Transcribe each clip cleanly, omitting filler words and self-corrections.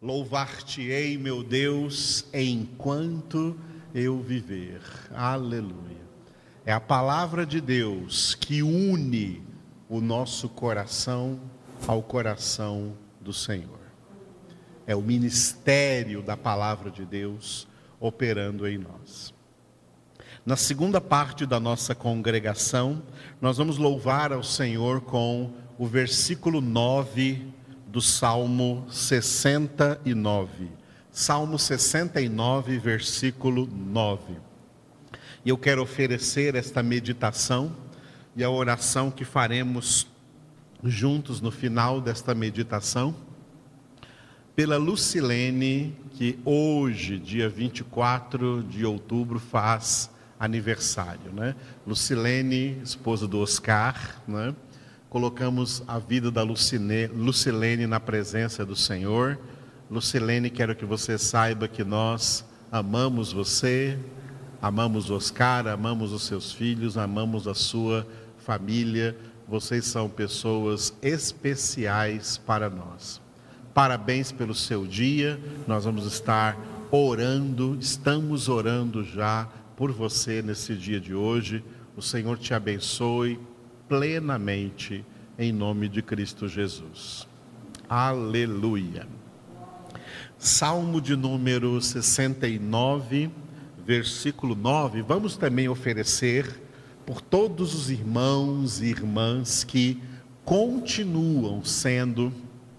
Louvar-te-ei, meu Deus, enquanto eu viver. Aleluia. É a palavra de Deus que une o nosso coração ao coração do Senhor. É o ministério da palavra de Deus operando em nós. Na segunda parte da nossa congregação, nós vamos louvar ao Senhor com o versículo 9 do Salmo 69. Salmo 69, versículo 9. E eu quero oferecer esta meditação e a oração que faremos juntos no final desta meditação, pela Lucilene, que hoje, dia 24 de outubro, faz aniversário, né? Lucilene, esposa do Oscar, né? Colocamos a vida da Lucilene na presença do Senhor. Lucilene, quero que você saiba que nós amamos você, amamos o Oscar, amamos os seus filhos, amamos a sua família. Vocês são pessoas especiais para nós. Parabéns pelo seu dia. Nós vamos estar orando, estamos orando já por você nesse dia de hoje. O Senhor te abençoe plenamente, em nome de Cristo Jesus. Aleluia. Salmo de número 69, versículo 9. Vamos também oferecer por todos os irmãos e irmãs que continuam sendo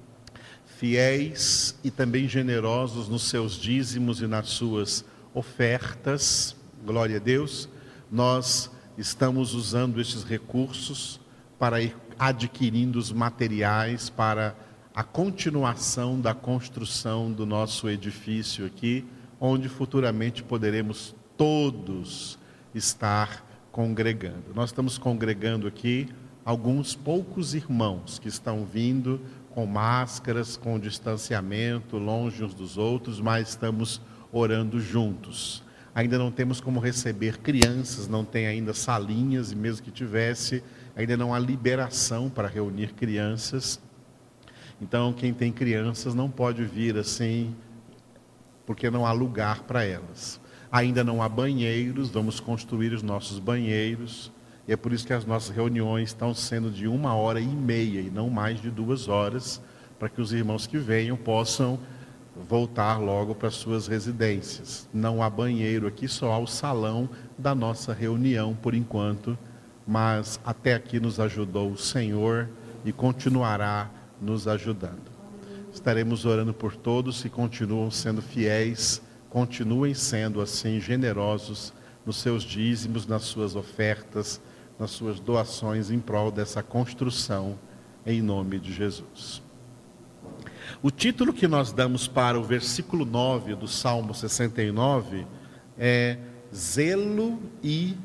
fiéis e também generosos nos seus dízimos e nas suas ofertas. Glória a Deus. Nós estamos usando estes recursos para ir adquirindo os materiais para a continuação da construção do nosso edifício aqui, onde futuramente poderemos todos estar congregando. Nós estamos congregando aqui alguns poucos irmãos que estão vindo com máscaras, com distanciamento, longe uns dos outros, mas estamos orando juntos. Ainda não temos como receber crianças, não tem ainda salinhas, e mesmo que tivesse, ainda não há liberação para reunir crianças. Então, quem tem crianças não pode vir assim, porque não há lugar para elas. Ainda não há banheiros, vamos construir os nossos banheiros, e é por isso que as nossas reuniões estão sendo de 1h30 e não mais de 2 horas, para que os irmãos que venham possam voltar logo para suas residências. Não há banheiro aqui, só há o salão da nossa reunião por enquanto, mas até aqui nos ajudou o Senhor e continuará nos ajudando. Estaremos orando por todos que continuam sendo fiéis, continuem sendo assim generosos nos seus dízimos, nas suas ofertas, nas suas doações em prol dessa construção, em nome de Jesus. O título que nós damos para o versículo 9 do Salmo 69 é Zelo e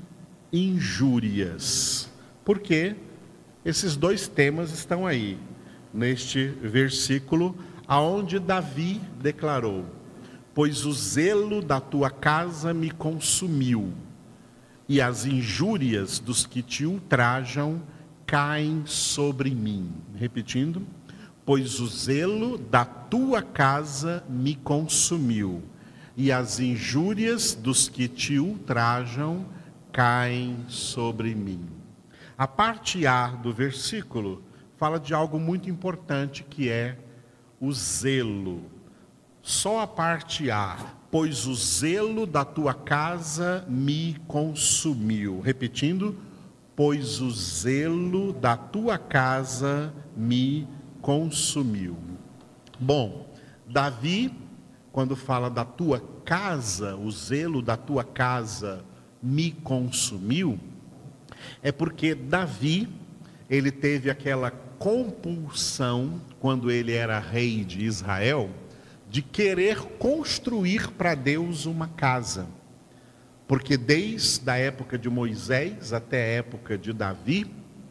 Injúrias. Por quê? Esses dois temas estão aí, neste versículo, aonde Davi declarou: pois o zelo da tua casa me consumiu, e as injúrias dos que te ultrajam caem sobre mim. Repetindo: pois o zelo da tua casa me consumiu, e as injúrias dos que te ultrajam caem sobre mim. A parte A do versículo fala de algo muito importante, que é o zelo. Só a parte A: pois o zelo da tua casa me consumiu. Repetindo: pois o zelo da tua casa me consumiu. Bom, Davi, quando fala da tua casa, o zelo da tua casa me consumiu, é porque Davi, ele teve aquela compulsão, quando ele era rei de Israel, de querer construir para Deus uma casa. Porque desde a época de Moisés até a época de Davi,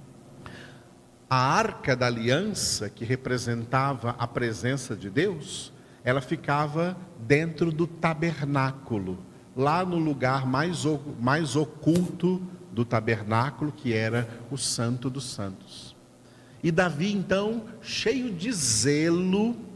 a arca da aliança, que representava a presença de Deus, ela ficava dentro do tabernáculo, lá no lugar mais oculto do tabernáculo, que era o Santo dos Santos. E Davi, então, cheio de zelo,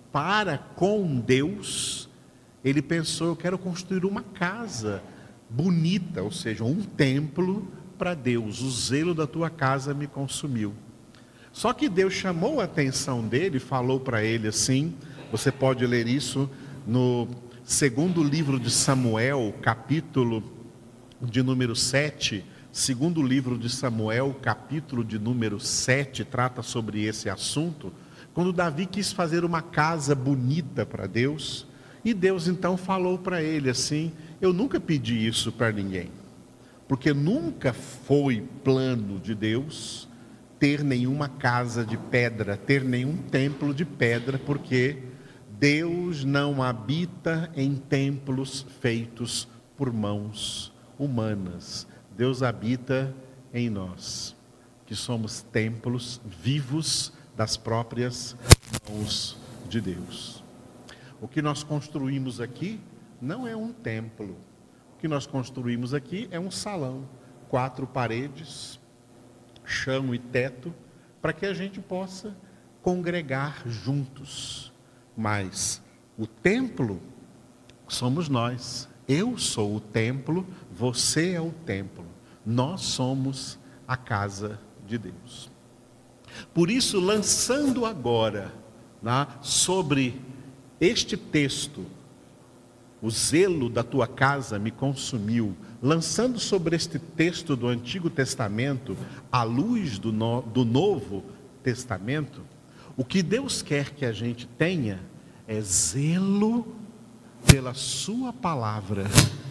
para com Deus, ele pensou: eu quero construir uma casa bonita, ou seja, um templo para Deus. O zelo da tua casa me consumiu. Só que Deus chamou a atenção dele e falou para ele assim, você pode ler isso no segundo livro de Samuel, capítulo de número 7, segundo livro de Samuel, capítulo de número 7, trata sobre esse assunto, quando Davi quis fazer uma casa bonita para Deus, e Deus então falou para ele assim: eu nunca pedi isso para ninguém, porque nunca foi plano de Deus ter nenhuma casa de pedra, ter nenhum templo de pedra, porque Deus não habita em templos feitos por mãos humanas. Deus habita em nós, que somos templos vivos das próprias mãos de Deus. O que nós construímos aqui não é um templo. O que nós construímos aqui é um salão, 4 paredes, chão e teto, para que a gente possa congregar juntos. Mas o templo somos nós. Eu sou o templo, você é o templo. Nós somos a casa de Deus. Por isso, lançando agora sobre este texto, o zelo da tua casa me consumiu, lançando sobre este texto do Antigo Testamento, a luz do Novo Testamento, o que Deus quer que a gente tenha é zelo pela sua palavra,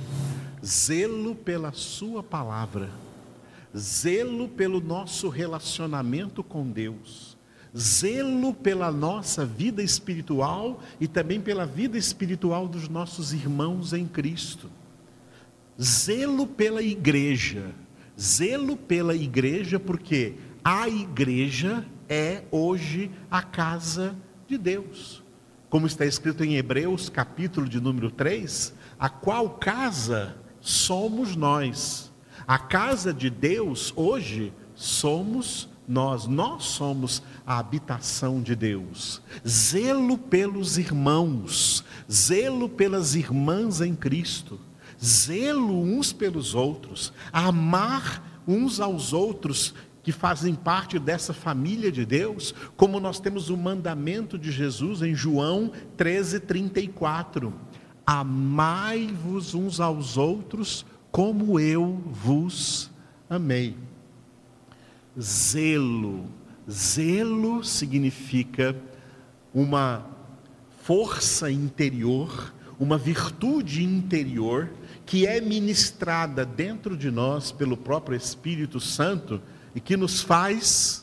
zelo pela sua palavra, zelo pelo nosso relacionamento com Deus, zelo pela nossa vida espiritual e também pela vida espiritual dos nossos irmãos em Cristo, zelo pela igreja, porque a igreja é hoje a casa de Deus, como está escrito em Hebreus capítulo de número 3, a qual casa somos nós. A casa de Deus hoje somos nós somos a habitação de Deus. Zelo pelos irmãos, zelo pelas irmãs em Cristo, zelo uns pelos outros, amar uns aos outros que fazem parte dessa família de Deus, como nós temos o mandamento de Jesus em João 13:34. Amai-vos uns aos outros como eu vos amei. Zelo significa uma força interior, uma virtude interior que é ministrada dentro de nós pelo próprio Espírito Santo e que nos faz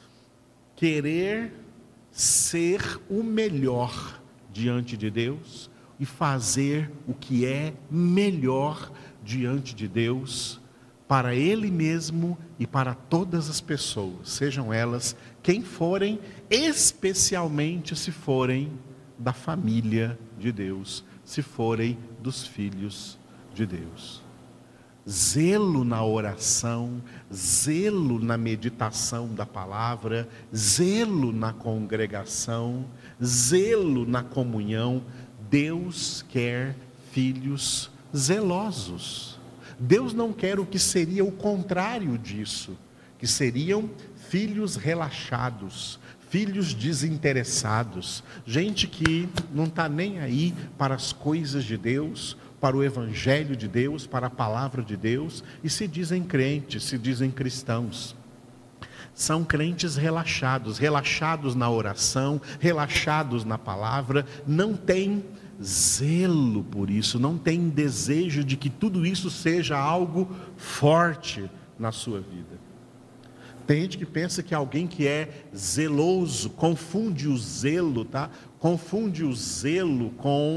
querer ser o melhor diante de Deus e fazer o que é melhor diante de Deus, para Ele mesmo e para todas as pessoas, sejam elas quem forem, especialmente se forem da família de Deus, se forem dos filhos de Deus. Zelo na oração, zelo na meditação da palavra, zelo na congregação, zelo na comunhão. Deus quer filhos zelosos. Deus não quer o que seria o contrário disso, que seriam filhos relaxados, filhos desinteressados, gente que não está nem aí para as coisas de Deus, para o Evangelho de Deus, para a palavra de Deus, e se dizem crentes, se dizem cristãos. São crentes relaxados, relaxados na oração, relaxados na palavra, não têm zelo por isso, não têm desejo de que tudo isso seja algo forte na sua vida. Tem gente que pensa que alguém que é zeloso, confunde o zelo, confunde o zelo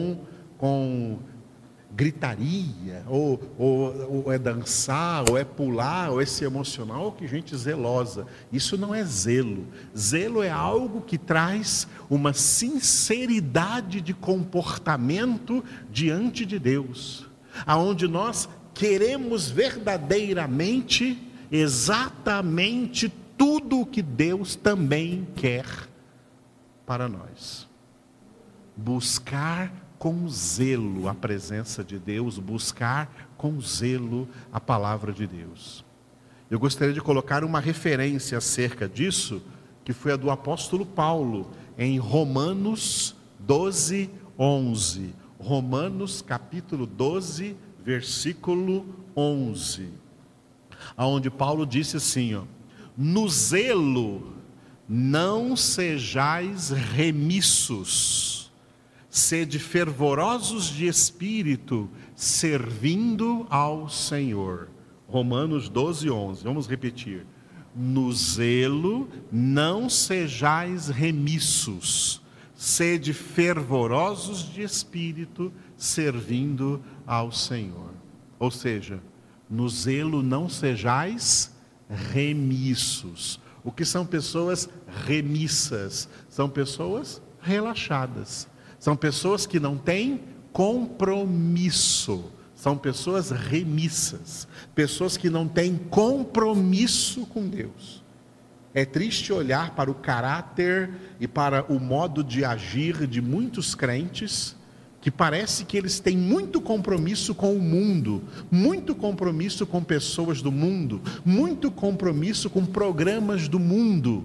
com gritaria, ou é dançar, ou é pular, ou é se emocionar, ou que gente zelosa. Isso não é zelo. Zelo é algo que traz uma sinceridade de comportamento diante de Deus, aonde nós queremos verdadeiramente, exatamente tudo o que Deus também quer para nós. buscar com zelo a presença de Deus, buscar com zelo a palavra de Deus. Eu gostaria de colocar uma referência acerca disso, que foi a do apóstolo Paulo, em Romanos 12, 11. Romanos capítulo 12, versículo 11. Onde Paulo disse assim, ó: no zelo não sejais remissos, sede fervorosos de espírito, servindo ao Senhor. Romanos 12, 11. Vamos repetir. No zelo não sejais remissos, sede fervorosos de espírito, servindo ao Senhor. Ou seja, no zelo não sejais remissos. O que são pessoas remissas? São pessoas relaxadas. São pessoas que não têm compromisso. São pessoas remissas. Pessoas que não têm compromisso com Deus. É triste olhar para o caráter e para o modo de agir de muitos crentes, que parece que eles têm muito compromisso com o mundo, muito compromisso com pessoas do mundo, muito compromisso com programas do mundo,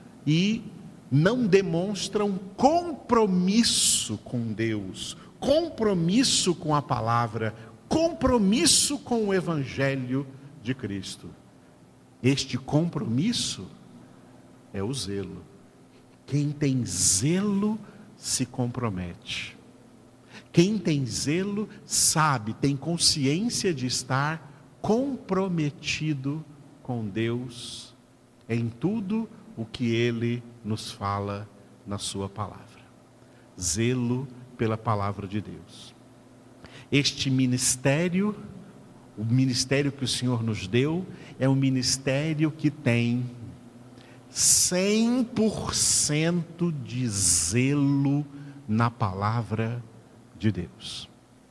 e não demonstram compromisso com Deus, compromisso com a palavra, compromisso com o Evangelho de Cristo. Este compromisso é o zelo. Quem tem zelo se compromete. Quem tem zelo sabe, tem consciência de estar comprometido com Deus em tudo o que Ele nos fala na sua palavra. Zelo pela palavra de Deus. Este ministério, o ministério que o Senhor nos deu, é um ministério que tem 100% de zelo na palavra de Deus.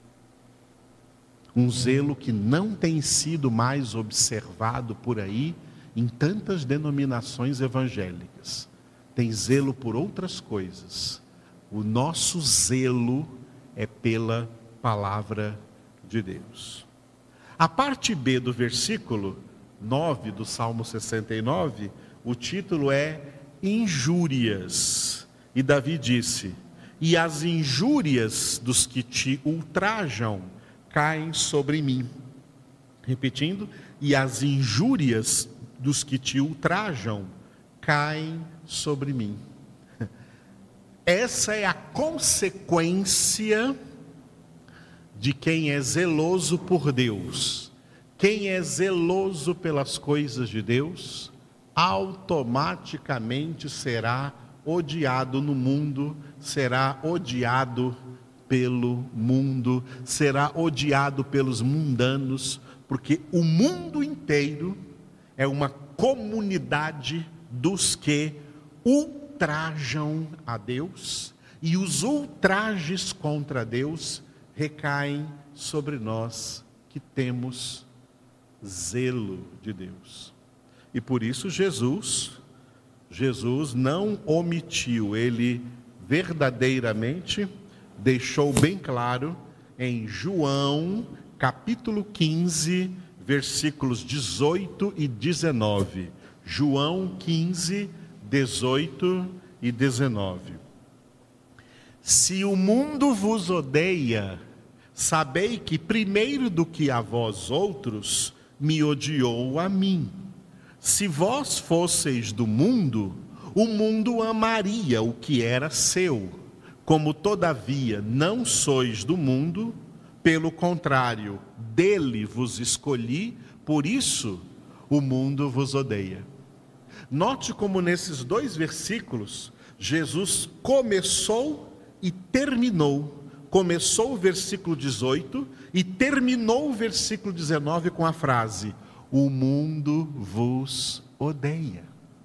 Um zelo que não tem sido mais observado por aí em tantas denominações evangélicas. Tem zelo por outras coisas. O nosso zelo é pela palavra de Deus. A parte B do versículo 9 do Salmo 69, o título é Injúrias. E Davi disse: e as injúrias dos que te ultrajam caem sobre mim. Repetindo, e as injúrias dos que te ultrajam caem sobre mim. Essa é a consequência de quem é zeloso por Deus. Quem é zeloso pelas coisas de Deus, automaticamente será odiado no mundo, será odiado pelo mundo, será odiado pelos mundanos, porque o mundo inteiro é uma comunidade dos que ultrajam a Deus, e os ultrajes contra Deus recaem sobre nós que temos zelo de Deus. E por isso Jesus não omitiu, ele verdadeiramente deixou bem claro em João capítulo 15, versículos 18 e 19. João 15, 18 e 19. Se o mundo vos odeia, sabei que primeiro do que a vós outros, me odiou a mim. Se vós fosseis do mundo, o mundo amaria o que era seu. Como todavia não sois do mundo, pelo contrário, dele vos escolhi, por isso o mundo vos odeia. Note como nesses dois versículos, Jesus começou e terminou. Começou o versículo 18 e terminou o versículo 19 com a frase: o mundo vos odeia.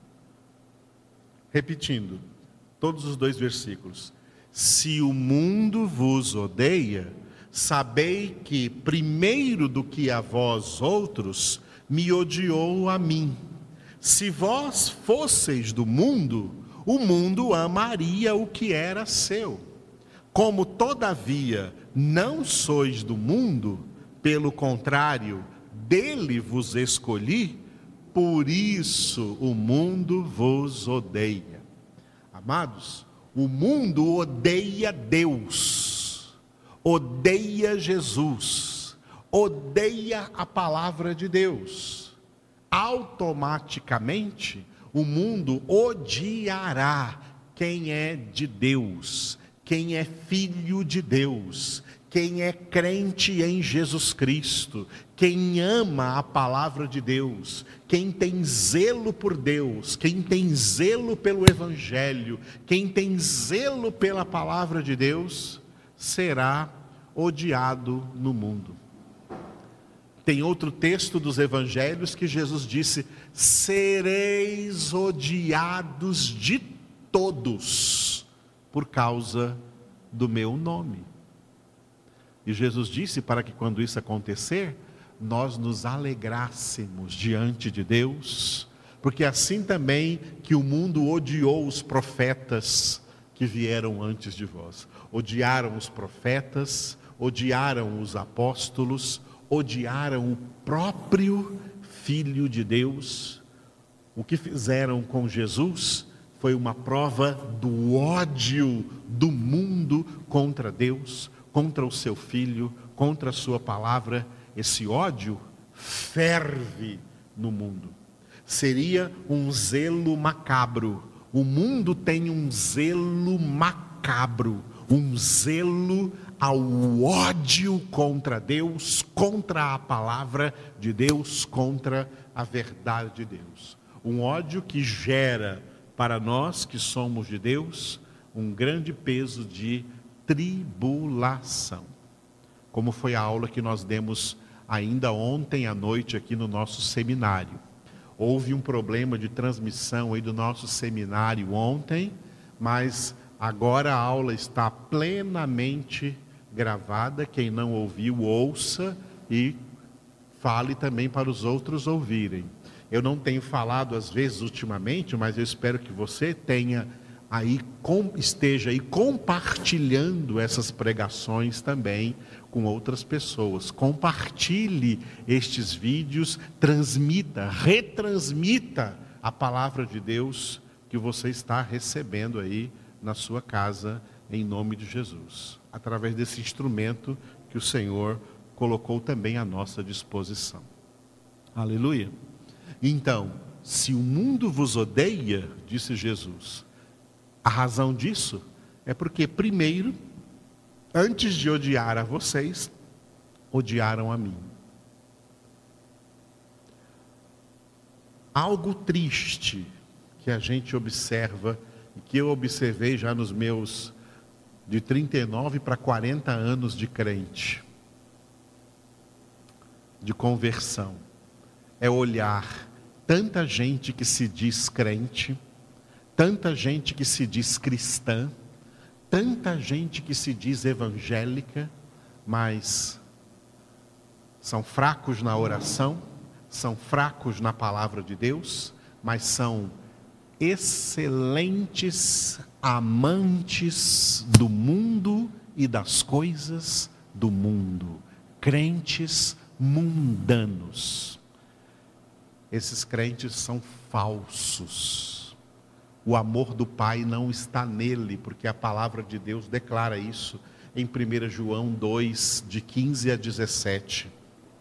Repetindo, todos os dois versículos. Se o mundo vos odeia, sabei que primeiro do que a vós outros, me odiou a mim. Se vós fosseis do mundo, o mundo amaria o que era seu. Como todavia não sois do mundo, pelo contrário, dele vos escolhi, por isso o mundo vos odeia. Amados, o mundo odeia Deus, odeia Jesus, odeia a palavra de Deus. Automaticamente, o mundo odiará quem é de Deus, quem é filho de Deus, quem é crente em Jesus Cristo, quem ama a palavra de Deus, quem tem zelo por Deus, quem tem zelo pelo Evangelho, quem tem zelo pela palavra de Deus, será odiado no mundo. Tem outro texto dos Evangelhos que Jesus disse: sereis odiados de todos por causa do meu nome. E Jesus disse para que quando isso acontecer, nós nos alegrássemos diante de Deus, porque assim também que o mundo odiou os profetas que vieram antes de vós. Odiaram os profetas, odiaram os apóstolos, odiaram o próprio Filho de Deus. O que fizeram com Jesus foi uma prova do ódio do mundo contra Deus, contra o seu Filho, contra a sua palavra. Esse ódio ferve no mundo. Seria um zelo macabro. O mundo tem um zelo macabro, um zelo ao ódio contra Deus, contra a palavra de Deus, contra a verdade de Deus. Um ódio que gera para nós que somos de Deus um grande peso de tribulação. Como foi a aula que nós demos ainda ontem à noite aqui no nosso seminário. Houve um problema de transmissão aí do nosso seminário ontem, mas agora a aula está plenamente gravada. Quem não ouviu, ouça e fale também para os outros ouvirem. Eu não tenho falado às vezes ultimamente, mas eu espero que você esteja aí compartilhando essas pregações também com outras pessoas. Compartilhe estes vídeos, retransmita a palavra de Deus que você está recebendo aí na sua casa, em nome de Jesus, através desse instrumento que o Senhor colocou também à nossa disposição. Aleluia. Então, se o mundo vos odeia, disse Jesus, a razão disso é porque, primeiro, antes de odiar a vocês, odiaram a mim. Algo triste que a gente observa, e que eu observei já nos meus de 39 para 40 anos de crente, de conversão, é olhar tanta gente que se diz crente, tanta gente que se diz cristã, tanta gente que se diz evangélica, mas são fracos na oração, são fracos na palavra de Deus, mas são excelentes amantes do mundo e das coisas do mundo, crentes mundanos. Esses crentes são falsos. O amor do Pai não está nele, porque a palavra de Deus declara isso em 1 João 2, de 15 a 17.